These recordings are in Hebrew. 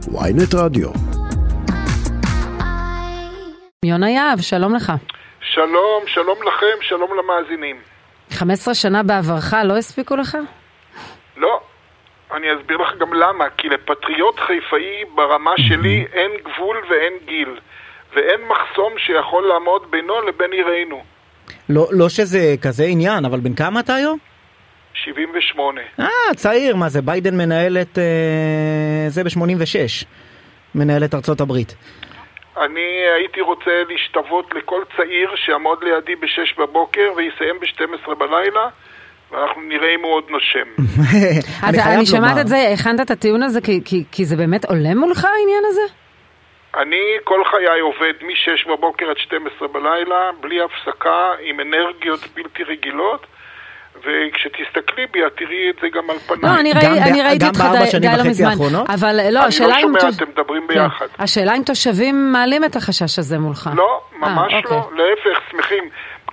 ynet רדיו. יונה יהב, שלום לך. שלום, שלום לכם, שלום למאזינים. 15 שנה בעברך לא הספיקו לך? לא, אני אסביר לך גם למה, כי לפטריוט חיפאי ברמה שלי אין גבול ואין גיל, ואין מחסום שיכול לעמוד בינו לבין עירנו. לא שזה כזה עניין, אבל בין כמה אתה היום? 78. צעיר, מה זה? ביידן מנהל את זה ב-86, מנהל את ארצות הברית. אני הייתי רוצה להשתוות לכל צעיר שעמוד לידי ב-6 בבוקר ויסיים ב-12 בלילה, ואנחנו נראה אם הוא עוד נושם. אני שמעת את זה, הכנת את הטיעון הזה, כי זה באמת עולה מולך העניין הזה? אני כל חיי עובד מ-6 בבוקר עד 12 בלילה, בלי הפסקה, עם אנרגיות בלתי רגילות, וכשתסתכלי בי, תראי את זה גם על פניי. לא, אני ראיתי אותך די לא מזמן. אבל לא, השאלה אם... אני לא שומע, אתם מדברים ביחד. השאלה אם תושבים מעלים את החשש הזה מולך. לא, ממש לא. להפך, שמחים.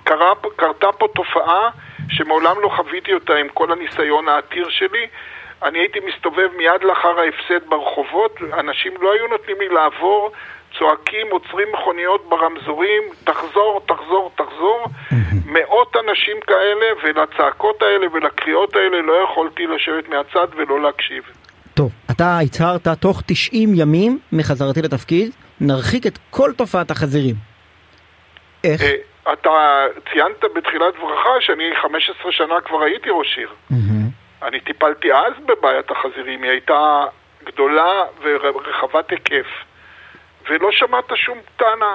קרתה פה תופעה שמעולם לא חוויתי אותה עם כל הניסיון העתיר שלי. אני הייתי מסתובב מיד לאחר ההפסד ברחובות, אנשים לא היו נותנים לי לעבור, צועקים, עוצרים מכוניות ברמזורים, תחזור, תחזור, תחזור. מאות אנשים כאלה, ולצעקות האלה ולקריאות האלה לא יכולתי לשבת מהצד ולא להקשיב. טוב, אתה הצהרת תוך 90 ימים מחזרתי לתפקיד, נרחיק את כל תופעת החזירים. איך? אתה ציינת בתחילת דברך שאני 15 שנה כבר הייתי ראש עיר. אני טיפלתי אז בבעיית החזירים, היא הייתה גדולה ורחבת היקף. ולא שמעת שום טענה.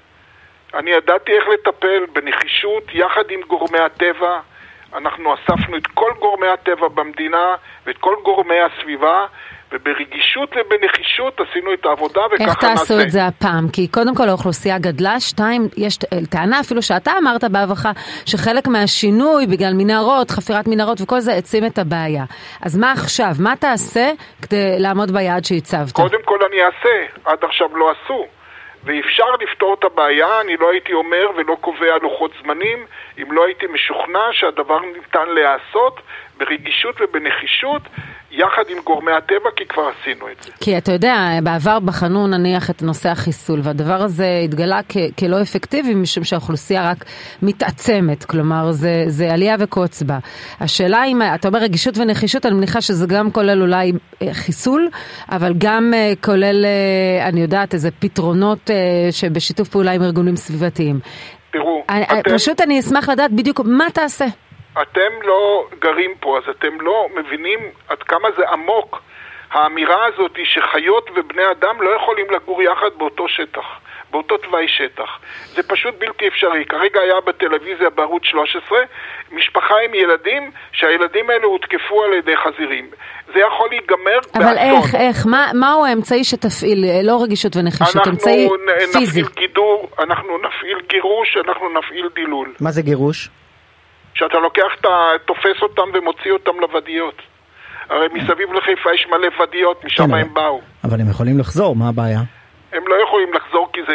אני ידעתי איך לטפל בנחישות יחד עם גורמי הטבע. אנחנו אספנו את כל גורמי הטבע במדינה ואת כל גורמי הסביבה, וברגישות ובנחישות עשינו את העבודה וככה נעשה. איך תעשו את זה הפעם? כי קודם כל האוכלוסייה גדלה, 2, יש טענה אפילו שאתה אמרת בעברך, שחלק מהשינוי בגלל מנהרות, חפירת מנהרות וכל זה עצים את הבעיה. אז מה עכשיו? מה תעשה כדי לעמוד ביעד שהצבת? קודם כל אני אעשה, עד עכשיו לא עשו. ואפשר לפתור את הבעיה, אני לא הייתי אומר ולא קובע לוחות זמנים, אם לא הייתי משוכנע שהדבר ניתן לעשות ברגישות ובנחישות, יחד עם גורמי הטבע, כי כבר עשינו את זה. כי אתה יודע, בעבר בחנו נניח את נושא החיסול, והדבר הזה התגלה כלא אפקטיבי, משום שהאוכלוסייה רק מתעצמת, כלומר זה עלייה וקוץ בה. השאלה אם, אתה אומר רגישות ונחישות, אני מניחה שזה גם כולל אולי חיסול, אבל גם כולל, אני יודעת, איזה פתרונות שבשיתוף פעולה עם ארגונים סביבתיים. תראו, פשוט אני אשמח לדעת בדיוק מה תעשה. אתם לא גרים פה, אז אתם לא מבינים עד כמה זה עמוק. האמירה הזאת היא שחיות ובני אדם לא יכולים לגור יחד באותו שטח, באותו תוואי שטח. זה פשוט בלתי אפשרי. כרגע היה בטלוויזיה בערוץ 13, משפחה עם ילדים, שהילדים האלה הותקפו על ידי חזירים. זה יכול להיגמר באסון. אבל איך? מהו האמצעי שתפעיל, לא רגישות ונחישות, אמצעי פיזי? אנחנו נפעיל גירוש, אנחנו נפעיל דילול. מה זה גירוש? שאתה לוקח, תופס אותם ומוציא אותם לוודיות. הרי מסביב לחיפה יש מלא ודיות, משם הם באו. אבל הם יכולים לחזור, מה הבעיה? הם לא יכולים לחזור כי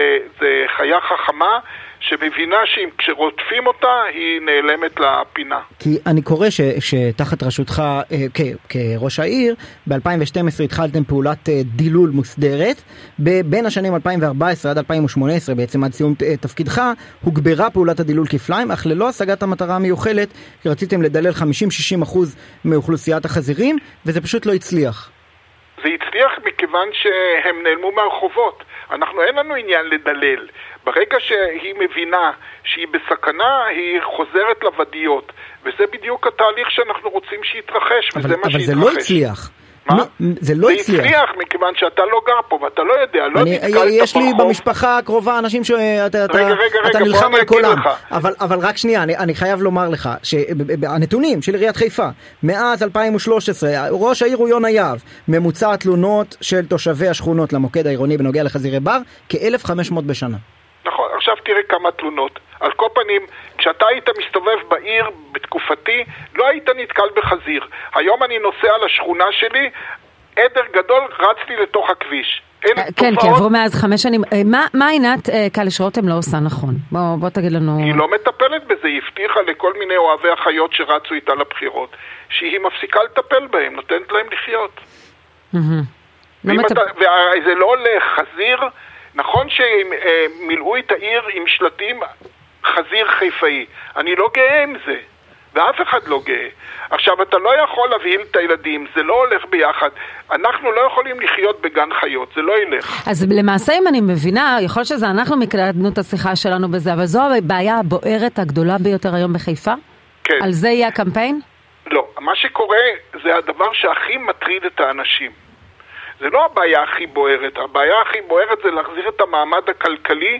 זה חיה חכמה שמבינה שכשרוטפים אותה היא נעלמת לפינה. כי אני קורא שתחת רשותך כראש העיר, ב-2012 התחלתם פעולת דילול מוסדרת, בין השנים 2014 עד 2018 בעצם עד סיום תפקידך, הוגברה פעולת הדילול כפליים, אך ללא השגת המטרה המיוחלת, כי רציתם לדלל 50-60% מאוכלוסיית החזירים, וזה פשוט לא הצליח. זה הצליח מכיוון שהם נעלמו מהרחובות. אין לנו עניין לדלל. ברגע שהיא מבינה שהיא בסכנה, היא חוזרת לוודיות. וזה בדיוק התהליך שאנחנו רוצים שיתרחש, וזה מה שיתרחש. אבל זה לא הצליח. מה? זה לא הצליח. זה הצליח מכיוון שאתה לא גר פה, ואתה לא יודע, לא נתקלת ברחוב. יש לי במשפחה הקרובה אנשים שאתה נלחם על קולם. אבל רק שנייה, אני חייב לומר לך, שהנתונים של עיריית חיפה, מאז 2013, ראש העיר הוא יונה יהב, ממוצע תלונות של תושבי השכונות למוקד העירוני בנוגע לחזירי בר, כ-1,500 בשנה. נכון, עכשיו תראה כמה תלונות. על כל פנים, כשאתה היית מסתובב בעיר בתקופתי, לא היית נתקל בחזיר. היום אני נוסע לשכונה שלי, עדר גדול רץ לי לתוך הכביש. כן, כי עברו מאז 5 שנים. מה עינת קלש רותם לא עושה נכון? בוא תגיד לנו... היא לא מטפלת בזה, היא הבטיחה לכל מיני אוהבי החיות שרצו איתה לבחירות, שהיא מפסיקה לטפל בהם, נותנת להם לחיות. וזה לא הולך, חזיר, נכון שהם מילאו את העיר עם שלטים חזיר חיפאי, אני לא גאה עם זה, ואף אחד לא גאה. עכשיו, אתה לא יכול להבהיל את הילדים, זה לא הולך ביחד. אנחנו לא יכולים לחיות בגן חיות, זה לא ילך. אז למעשה, אם אני מבינה, יכול להיות שזה אנחנו מקלטנו את השיחה שלנו בזה, אבל זו הבעיה הבוערת הגדולה ביותר היום בחיפה? כן. על זה יהיה הקמפיין? לא, מה שקורה זה הדבר שהכי מטריד את האנשים. זה לא הבעיה הכי בוערת, הבעיה הכי בוערת זה להחזיר את המעמד הכלכלי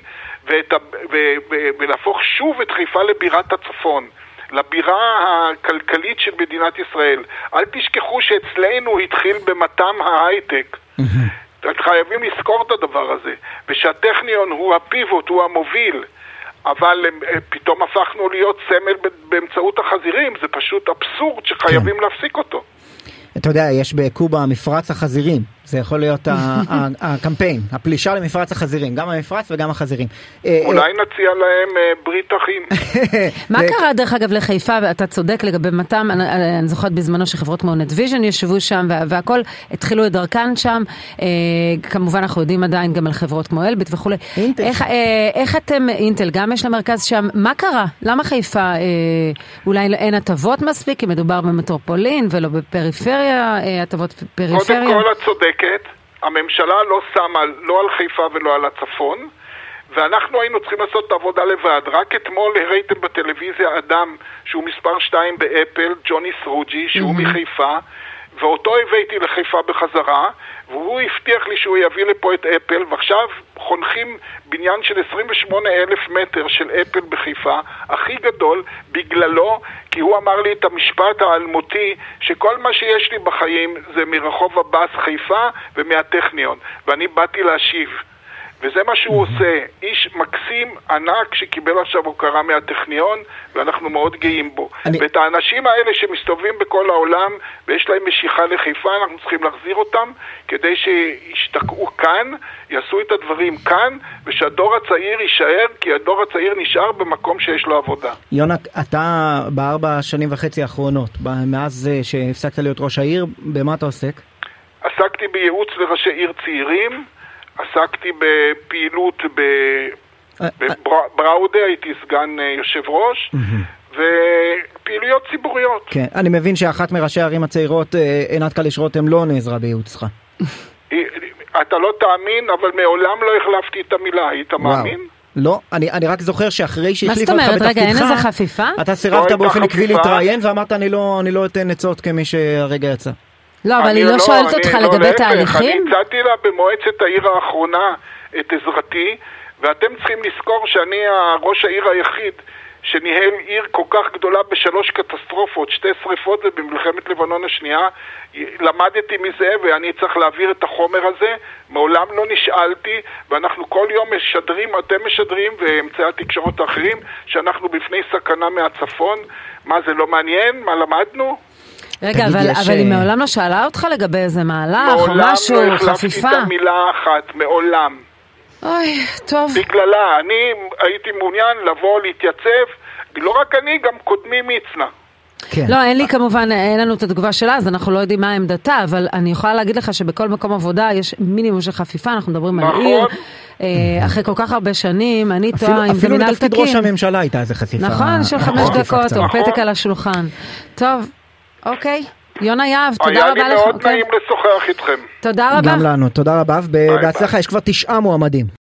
ולהפוך שוב את חיפה לבירת הצפון. לבירה הכלכלית של מדינת ישראל. אל תשכחו שאצלנו התחיל במתם ההייטק. חייבים לזכור את הדבר הזה. ושהטכניון הוא הפיבוט, הוא המוביל. אבל פתאום הפכנו להיות סמל באמצעות החזירים. זה פשוט אבסורד שחייבים להפסיק אותו. אתה יודע, יש בקובה מפרץ החזירים. זה יכול להיות הקמפיין, הפלישה למפרץ החזירים, גם המפרץ וגם החזירים. אולי נציע להם ברית אחים. מה קרה דרך אגב לחיפה, ואתה צודק לגבי מתם, אני זוכרת בזמנו שחברות כמו נטוויז'ן ישבו שם, והכל התחילו את דרכן שם, כמובן אנחנו יודעים עדיין גם על חברות כמו אלביט וכו'. איך אתם, אינטל, גם יש למרכז שם, מה קרה? למה חיפה אולי אין הטבות מספיק, כי מדובר במטרופולין ולא בפריפריה, הטבות פריפריה? קודם כל את צודקת. הממשלה לא שמה לא על חיפה ולא על הצפון, ואנחנו היינו צריכים לעשות את העבודה לבד. רק אתמול הראיתם בטלוויזיה אדם שהוא מספר 2 באפל, ג'וני סרוג'י, שהוא מחיפה, ואותו הבאתי לחיפה בחזרה, והוא הבטיח לי שהוא יביא לפה את אפל, ועכשיו חונכים בניין של 28,000 מטר של אפל בחיפה, הכי גדול, בגללו, כי הוא אמר לי את המשפט האלמותי, שכל מה שיש לי בחיים זה מרחוב הבאס חיפה ומהטכניון, ואני באתי להשיב. וזה מה שהוא עושה, איש מקסים ענק שקיבל עכשיו הוקרה מהטכניון, ואנחנו מאוד גאים בו. ואת האנשים האלה שמסתובבים בכל העולם, ויש להם משיכה לחיפה, אנחנו צריכים להחזיר אותם, כדי שישתקעו כאן, יעשו את הדברים כאן, ושהדור הצעיר יישאר, כי הדור הצעיר נשאר במקום שיש לו עבודה. יונה, אתה ב4.5 שנים האחרונות, מאז שהפסקת להיות ראש העיר, במה אתה עוסק? עסקתי בייעוץ לראשי עיר צעירים, עסקתי בפעילות בבראודה, הייתי סגן יושב ראש, ופעילויות ציבוריות. כן, אני מבין שאחת מראשי הערים הצעירות, עינת קליש רותם, לא נעזרה בייעוצך. אתה לא תאמין, אבל מעולם לא החלפתי את המילה, היית מאמין? לא, אני רק זוכר שאחרי שהחליפה אותך בתפקידך, רגע, אין איזה חפיפה? אתה סירבת באופן עקבי להתראיין ואמרת אני לא אתן עצות כמי שהרגע יצא. לא, אבל היא לא שואלת אותך לגבי תהליכים? אני הצעתי לה במועצת העיר האחרונה את עזרתי, ואתם צריכים לזכור שאני ראש העיר היחיד שניהל עיר כל כך גדולה ב3 קטסטרופות, 2 שריפות ובמלחמת לבנון השנייה. למדתי מזה ואני צריך להעביר את החומר הזה, מעולם לא נשאלתי, ואנחנו כל יום משדרים, אתם משדרים ואמצעי התקשורת האחרים, שאנחנו בפני סכנה מהצפון. מה, זה לא מעניין? מה למדנו? רגע, אבל היא מעולם לא שאלה אותך לגבי איזה מהלך או משהו, חפיפה? מעולם לא החלפתי את המילה אחת, מעולם. אוי, טוב. בגללה, אני הייתי מעוניין לבוא, להתייצב, לא רק אני, גם קודמי מצנע. כן. לא, אין לי כמובן, אין לנו את התגובה שלה, אז אנחנו לא יודעים מה עמדתה, אבל אני יכולה להגיד לך שבכל מקום עבודה יש מינימום של חפיפה, אנחנו מדברים על עיר, אחרי כל כך הרבה שנים, אני טועה עם זה מנהל תקין. אפילו לתפקיד ראש הממשלה הייתה איזה חפיפה. נכון, של 5 דקות, או פתק על השולחן. טוב, אוקיי. יונה יהב, תודה רבה לך. היה לי מאוד נעים לשוחח איתכם. תודה רבה. גם לנו, תודה רבה, ובהצלחה, יש כבר 9 מועמדים.